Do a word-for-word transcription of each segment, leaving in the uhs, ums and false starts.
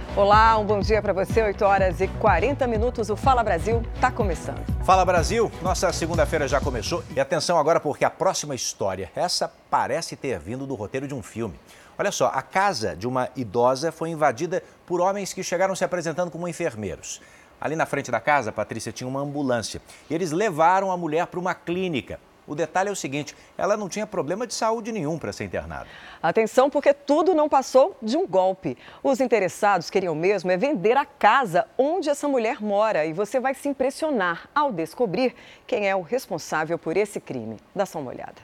Olá, um bom dia para você, oito horas e quarenta minutos, o Fala Brasil está começando. Fala Brasil, nossa segunda-feira já começou e atenção agora porque a próxima história, essa parece ter vindo do roteiro de um filme. Olha só, a casa de uma idosa foi invadida por homens que chegaram se apresentando como enfermeiros. Ali na frente da casa, Patrícia, tinha uma ambulância e eles levaram a mulher para uma clínica. O detalhe é o seguinte, ela não tinha problema de saúde nenhum para ser internada. Atenção, porque tudo não passou de um golpe. Os interessados queriam mesmo é vender a casa onde essa mulher mora e você vai se impressionar ao descobrir quem é o responsável por esse crime. Dá só uma olhada.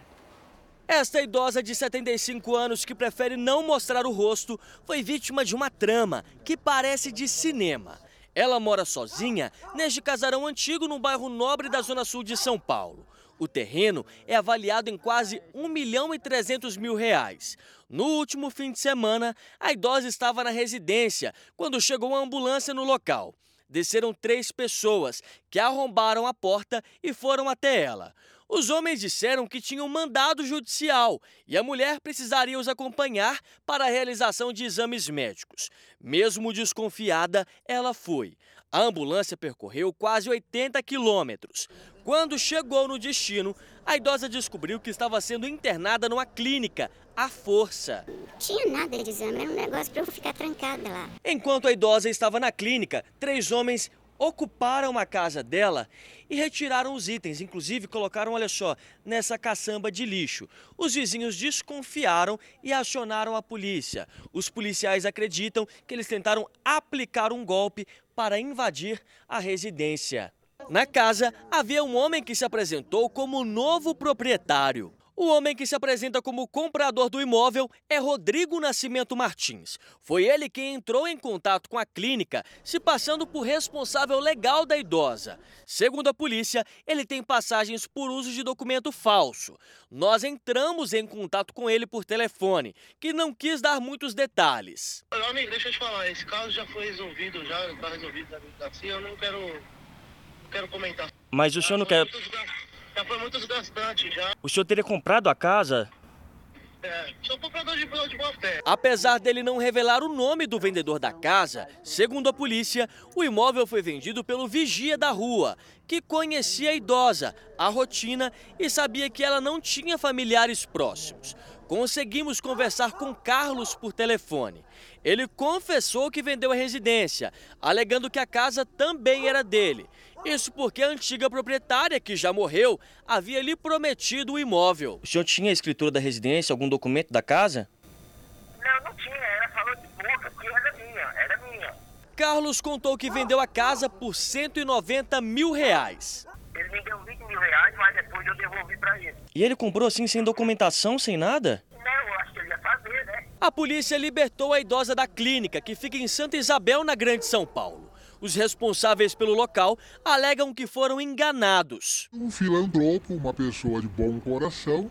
Esta idosa de setenta e cinco anos que prefere não mostrar o rosto foi vítima de uma trama que parece de cinema. Ela mora sozinha neste casarão antigo no bairro Nobre da Zona Sul de São Paulo. O terreno é avaliado em quase um milhão e trezentos mil reais. No último fim de semana, a idosa estava na residência quando chegou a ambulância no local. Desceram três pessoas que arrombaram a porta e foram até ela. Os homens disseram que tinham mandado judicial e a mulher precisaria os acompanhar para a realização de exames médicos. Mesmo desconfiada, ela foi. A ambulância percorreu quase oitenta quilômetros. Quando chegou no destino, a idosa descobriu que estava sendo internada numa clínica, à força. Não tinha nada de exame, era um negócio para eu ficar trancada lá. Enquanto a idosa estava na clínica, três homens ocuparam a casa dela e retiraram os itens, inclusive colocaram, olha só, nessa caçamba de lixo. Os vizinhos desconfiaram e acionaram a polícia. Os policiais acreditam que eles tentaram aplicar um golpe para invadir a residência. Na casa, havia um homem que se apresentou como novo proprietário. O homem que se apresenta como comprador do imóvel é Rodrigo Nascimento Martins. Foi ele quem entrou em contato com a clínica, se passando por responsável legal da idosa. Segundo a polícia, ele tem passagens por uso de documento falso. Nós entramos em contato com ele por telefone, que não quis dar muitos detalhes. Meu amigo, deixa eu te falar, esse caso já foi resolvido, já está resolvido na delegacia, eu não quero, não quero comentar. Mas o senhor não quer... Já foi muito desgastante, já. O senhor teria comprado a casa? É, sou comprador de, de boa fé. Apesar dele não revelar o nome do vendedor da casa, segundo a polícia, o imóvel foi vendido pelo vigia da rua, que conhecia a idosa, a rotina e sabia que ela não tinha familiares próximos. Conseguimos conversar com Carlos por telefone. Ele confessou que vendeu a residência, alegando que a casa também era dele. Isso porque a antiga proprietária, que já morreu, havia lhe prometido o imóvel. O senhor tinha a escritura da residência, algum documento da casa? Não, não tinha, ela falou de boca que era minha, era minha. Carlos contou que vendeu a casa por cento e noventa mil reais. Ele me deu vinte mil reais, mas depois eu devolvi pra ele. E ele comprou assim, sem documentação, sem nada? Não, eu acho que ele ia fazer, né? A polícia libertou a idosa da clínica, que fica em Santa Isabel, na Grande São Paulo. Os responsáveis pelo local alegam que foram enganados. Um filantropo, uma pessoa de bom coração,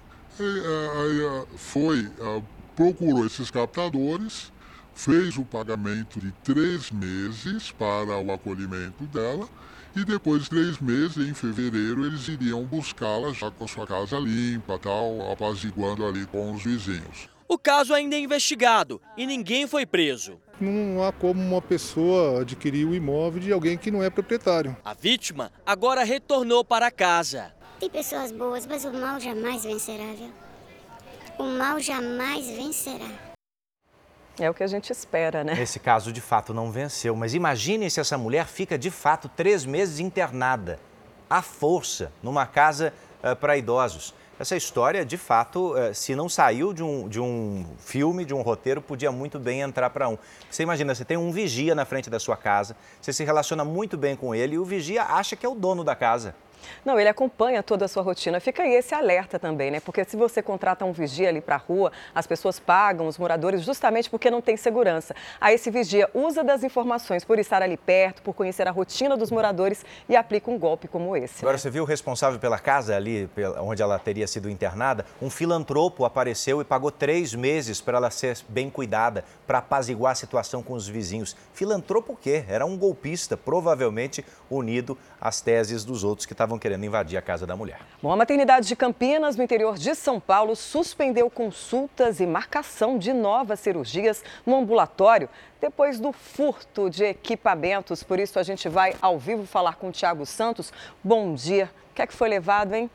foi, procurou esses captadores, fez o pagamento de três meses para o acolhimento dela e depois de três meses, em fevereiro, eles iriam buscá-la já com a sua casa limpa, tal, apaziguando ali com os vizinhos. O caso ainda é investigado e ninguém foi preso. Não há como uma pessoa adquirir o imóvel de alguém que não é proprietário. A vítima agora retornou para casa. Tem pessoas boas, mas o mal jamais vencerá, viu? O mal jamais vencerá. É o que a gente espera, né? Esse caso de fato não venceu, mas imagine se essa mulher fica de fato três meses internada, à força, numa casa uh, para idosos. Essa história, de fato, se não saiu de um, de um filme, de um roteiro, podia muito bem entrar para um. Você imagina, você tem um vigia na frente da sua casa, você se relaciona muito bem com ele e o vigia acha que é o dono da casa. Não, ele acompanha toda a sua rotina. Fica aí esse alerta também, né? Porque se você contrata um vigia ali para a rua, as pessoas pagam os moradores justamente porque não tem segurança. Aí esse vigia usa das informações por estar ali perto, por conhecer a rotina dos moradores e aplica um golpe como esse. Agora, né? Você viu o responsável pela casa ali, onde ela teria sido internada? Um filantropo apareceu e pagou três meses para ela ser bem cuidada, para apaziguar a situação com os vizinhos. Filantropo o quê? Era um golpista, provavelmente unido às teses dos outros que estavam estavam querendo invadir a casa da mulher. Bom, a maternidade de Campinas, no interior de São Paulo, suspendeu consultas e marcação de novas cirurgias no ambulatório depois do furto de equipamentos. Por isso, a gente vai ao vivo falar com o Thiago Santos. Bom dia. O que é que foi levado, hein?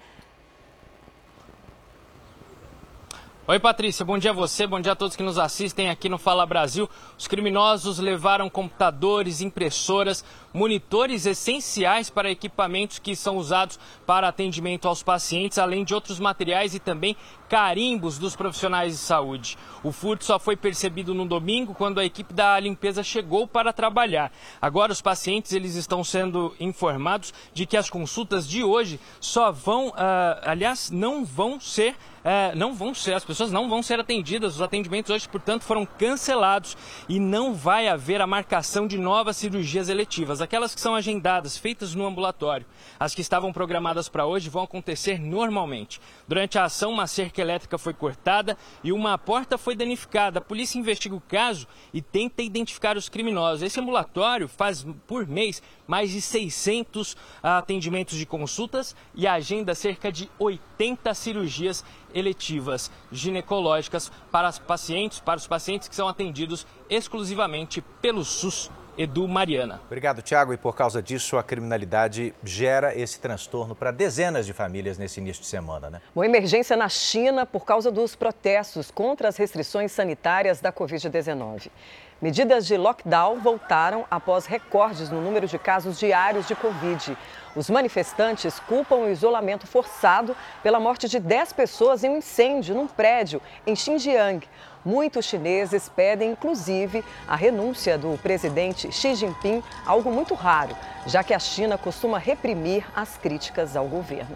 Oi, Patrícia, bom dia a você, bom dia a todos que nos assistem aqui no Fala Brasil. Os criminosos levaram computadores, impressoras, monitores essenciais para equipamentos que são usados para atendimento aos pacientes, além de outros materiais e também carimbos dos profissionais de saúde. O furto só foi percebido no domingo, quando a equipe da limpeza chegou para trabalhar. Agora os pacientes eles estão sendo informados de que as consultas de hoje só vão, uh, aliás, não vão ser É, não vão ser, as pessoas não vão ser atendidas, os atendimentos hoje, portanto, foram cancelados e não vai haver a marcação de novas cirurgias eletivas, aquelas que são agendadas, feitas no ambulatório. As que estavam programadas para hoje vão acontecer normalmente. Durante a ação, uma cerca elétrica foi cortada e uma porta foi danificada. A polícia investiga o caso e tenta identificar os criminosos. Esse ambulatório faz por mês mais de seiscentos atendimentos de consultas e agenda cerca de oitenta cirurgias eletivas ginecológicas para os pacientes, para os pacientes que são atendidos exclusivamente pelo SUS. Edu, Mariana. Obrigado, Thiago. E por causa disso, a criminalidade gera esse transtorno para dezenas de famílias nesse início de semana, né? Uma emergência na China por causa dos protestos contra as restrições sanitárias da covid dezenove. Medidas de lockdown voltaram após recordes no número de casos diários de Covid. Os manifestantes culpam o isolamento forçado pela morte de dez pessoas em um incêndio num prédio em Xinjiang. Muitos chineses pedem, inclusive, a renúncia do presidente Xi Jinping, algo muito raro, já que a China costuma reprimir as críticas ao governo.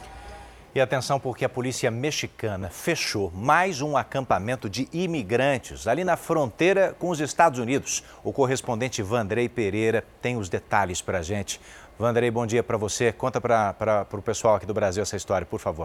E atenção, porque a polícia mexicana fechou mais um acampamento de imigrantes ali na fronteira com os Estados Unidos. O correspondente Vandrei Pereira tem os detalhes para a gente. Vandrei, bom dia para você. Conta para o pessoal aqui do Brasil essa história, por favor.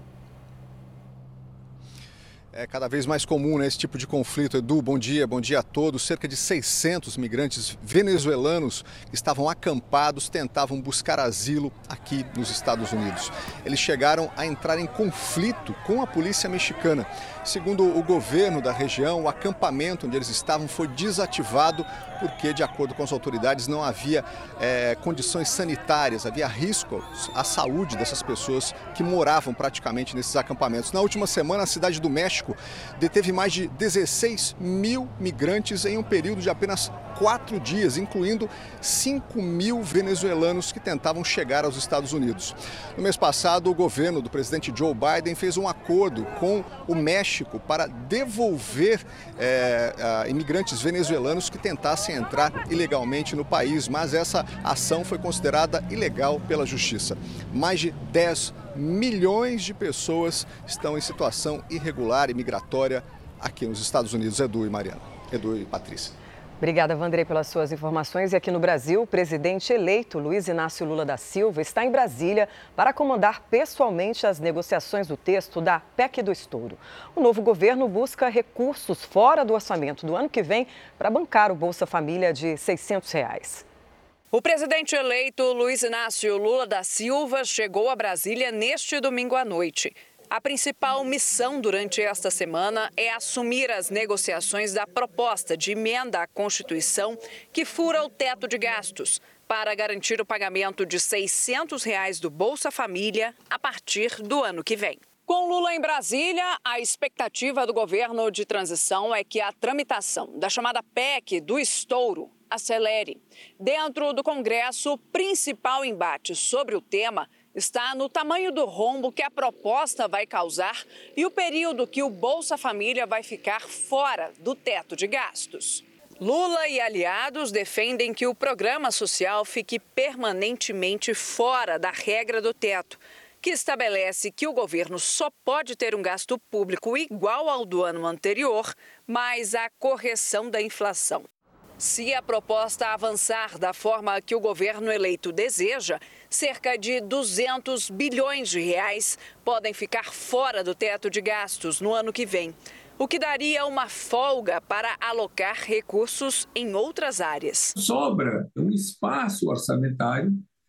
É cada vez mais comum, né, esse tipo de conflito. Edu, bom dia, bom dia a todos. Cerca de seiscentos migrantes venezuelanos que estavam acampados, tentavam buscar asilo aqui nos Estados Unidos. Eles chegaram a entrar em conflito com a polícia mexicana. Segundo o governo da região, o acampamento onde eles estavam foi desativado porque, de acordo com as autoridades, não havia é, condições sanitárias, havia risco à saúde dessas pessoas que moravam praticamente nesses acampamentos. Na última semana, a cidade do México deteve mais de dezesseis mil migrantes em um período de apenas quatro dias, incluindo cinco mil venezuelanos que tentavam chegar aos Estados Unidos. No mês passado, o governo do presidente Joe Biden fez um acordo com o México para devolver é, imigrantes venezuelanos que tentassem entrar ilegalmente no país, mas essa ação foi considerada ilegal pela justiça. Mais de dez milhões de pessoas estão em situação irregular e migratória aqui nos Estados Unidos. Edu e Mariana. Edu e Patrícia. Obrigada, Vandrei, pelas suas informações. E aqui no Brasil, o presidente eleito Luiz Inácio Lula da Silva está em Brasília para comandar pessoalmente as negociações do texto da P E C do Estouro. O novo governo busca recursos fora do orçamento do ano que vem para bancar o Bolsa Família de seiscentos reais. O presidente eleito Luiz Inácio Lula da Silva chegou a Brasília neste domingo à noite. A principal missão durante esta semana é assumir as negociações da proposta de emenda à Constituição que fura o teto de gastos para garantir o pagamento de seiscentos reais do Bolsa Família a partir do ano que vem. Com Lula em Brasília, a expectativa do governo de transição é que a tramitação da chamada P E C do Estouro acelere. Dentro do Congresso, o principal embate sobre o tema está no tamanho do rombo que a proposta vai causar e o período que o Bolsa Família vai ficar fora do teto de gastos. Lula e aliados defendem que o programa social fique permanentemente fora da regra do teto, que estabelece que o governo só pode ter um gasto público igual ao do ano anterior, mais a correção da inflação. Se a proposta avançar da forma que o governo eleito deseja, cerca de duzentos bilhões de reais podem ficar fora do teto de gastos no ano que vem, o que daria uma folga para alocar recursos em outras áreas. Sobra um espaço orçamentário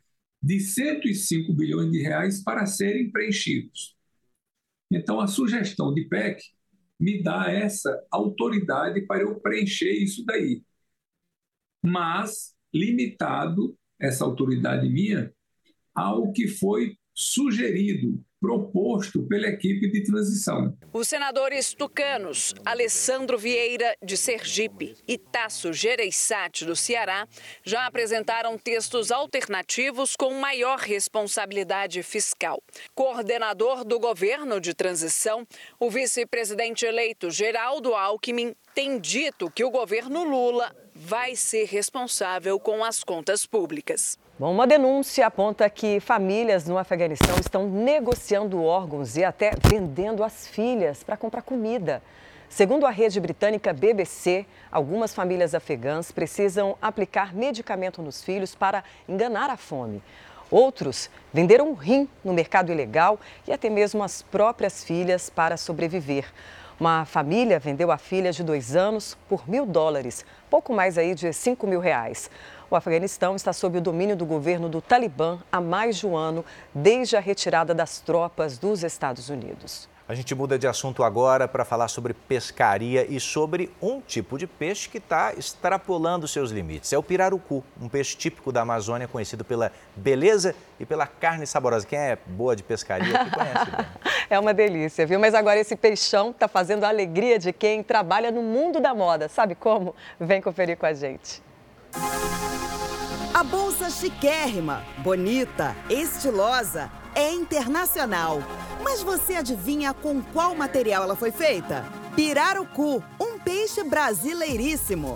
de cento e cinco bilhões de reais para serem preenchidos. Então, a sugestão de P E C me dá essa autoridade para eu preencher isso daí, mas limitado, essa autoridade minha, ao que foi sugerido, proposto pela equipe de transição. Os senadores tucanos Alessandro Vieira, de Sergipe, e Tasso Gereissati, do Ceará, já apresentaram textos alternativos com maior responsabilidade fiscal. Coordenador do governo de transição, o vice-presidente eleito Geraldo Alckmin tem dito que o governo Lula vai ser responsável com as contas públicas. Bom, uma denúncia aponta que famílias no Afeganistão estão negociando órgãos e até vendendo as filhas para comprar comida. Segundo a rede britânica B B C, algumas famílias afegãs precisam aplicar medicamento nos filhos para enganar a fome. Outros venderam um rim no mercado ilegal e até mesmo as próprias filhas para sobreviver. Uma família vendeu a filha de dois anos por mil dólares, pouco mais aí de cinco mil reais. O Afeganistão está sob o domínio do governo do Talibã há mais de um ano, desde a retirada das tropas dos Estados Unidos. A gente muda de assunto agora para falar sobre pescaria e sobre um tipo de peixe que está extrapolando seus limites. É o pirarucu, um peixe típico da Amazônia, conhecido pela beleza e pela carne saborosa. Quem é boa de pescaria aqui conhece bem. É uma delícia, viu? Mas agora esse peixão está fazendo a alegria de quem trabalha no mundo da moda. Sabe como? Vem conferir com a gente. A bolsa chiquérrima, bonita, estilosa, é internacional. Mas você adivinha com qual material ela foi feita? Pirarucu, um peixe brasileiríssimo.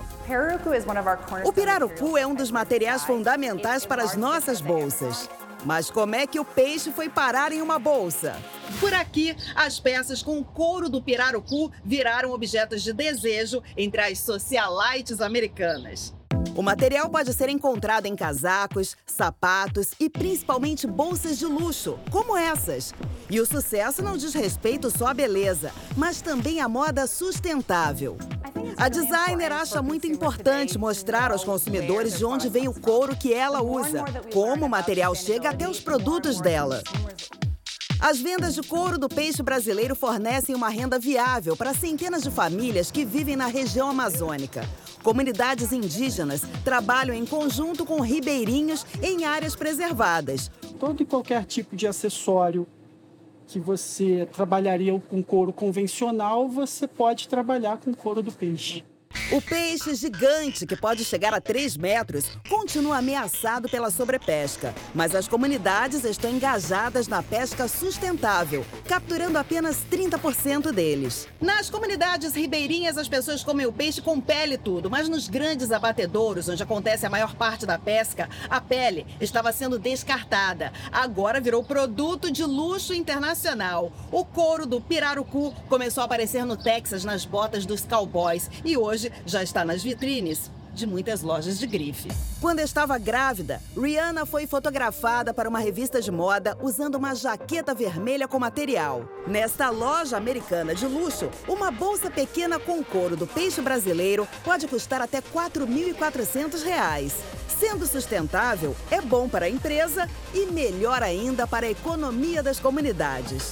O pirarucu é um dos materiais fundamentais para as nossas bolsas. Mas como é que o peixe foi parar em uma bolsa? Por aqui, as peças com o couro do pirarucu viraram objetos de desejo entre as socialites americanas. O material pode ser encontrado em casacos, sapatos e principalmente bolsas de luxo, como essas. E o sucesso não diz respeito só à beleza, mas também à moda sustentável. A designer acha muito importante mostrar aos consumidores de onde vem o couro que ela usa, como o material chega até os produtos dela. As vendas de couro do peixe brasileiro fornecem uma renda viável para centenas de famílias que vivem na região amazônica. Comunidades indígenas trabalham em conjunto com ribeirinhos em áreas preservadas. Todo e qualquer tipo de acessório que você trabalharia com couro convencional, você pode trabalhar com couro do peixe. O peixe gigante, que pode chegar a três metros, continua ameaçado pela sobrepesca. Mas as comunidades estão engajadas na pesca sustentável, capturando apenas trinta por cento deles. Nas comunidades ribeirinhas, as pessoas comem o peixe com pele e tudo, mas nos grandes abatedouros, onde acontece a maior parte da pesca, a pele estava sendo descartada. Agora virou produto de luxo internacional. O couro do pirarucu começou a aparecer no Texas nas botas dos cowboys e hoje já está nas vitrines de muitas lojas de grife. Quando estava grávida, Rihanna foi fotografada para uma revista de moda usando uma jaqueta vermelha com material. Nesta loja americana de luxo, uma bolsa pequena com couro do peixe brasileiro pode custar até quatro mil e quatrocentos reais. Sendo sustentável, é bom para a empresa e melhor ainda para a economia das comunidades.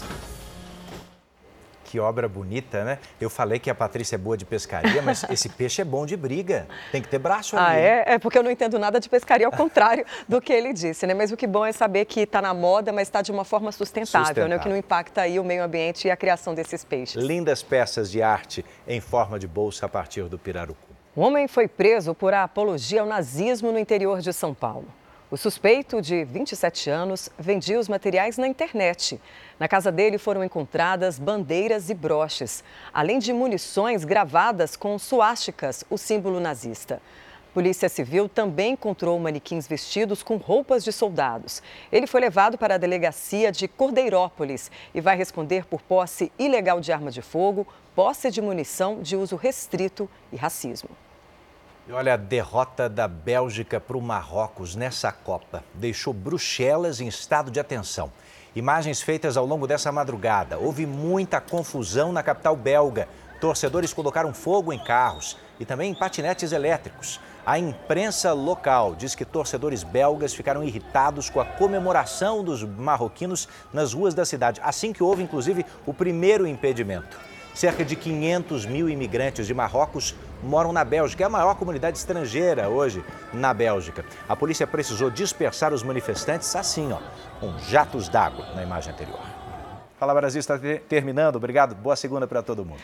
Que obra bonita, né? Eu falei que a Patrícia é boa de pescaria, mas esse peixe é bom de briga. Tem que ter braço ali. Ah, é? É porque eu não entendo nada de pescaria, ao contrário do que ele disse, né? Mas o que bom é saber que está na moda, mas está de uma forma sustentável, sustentável. Né? O que não impacta aí o meio ambiente e a criação desses peixes. Lindas peças de arte em forma de bolsa a partir do pirarucu. Um homem foi preso por apologia ao nazismo no interior de São Paulo. O suspeito, de vinte e sete anos, vendia os materiais na internet. Na casa dele foram encontradas bandeiras e broches, além de munições gravadas com suásticas, o símbolo nazista. Polícia Civil também encontrou manequins vestidos com roupas de soldados. Ele foi levado para a delegacia de Cordeirópolis e vai responder por posse ilegal de arma de fogo, posse de munição de uso restrito e racismo. E olha, a derrota da Bélgica para o Marrocos nessa Copa deixou Bruxelas em estado de atenção. Imagens feitas ao longo dessa madrugada. Houve muita confusão na capital belga. Torcedores colocaram fogo em carros. e também em patinetes elétricos. A imprensa local diz que torcedores belgas ficaram irritados com a comemoração dos marroquinos nas ruas da cidade, assim que houve, inclusive, o primeiro impedimento. Cerca de quinhentos mil imigrantes de Marrocos moram na Bélgica, é a maior comunidade estrangeira hoje na Bélgica. A polícia precisou dispersar os manifestantes assim, ó, com jatos d'água na imagem anterior. Fala Brasil está terminando, obrigado, boa segunda para todo mundo.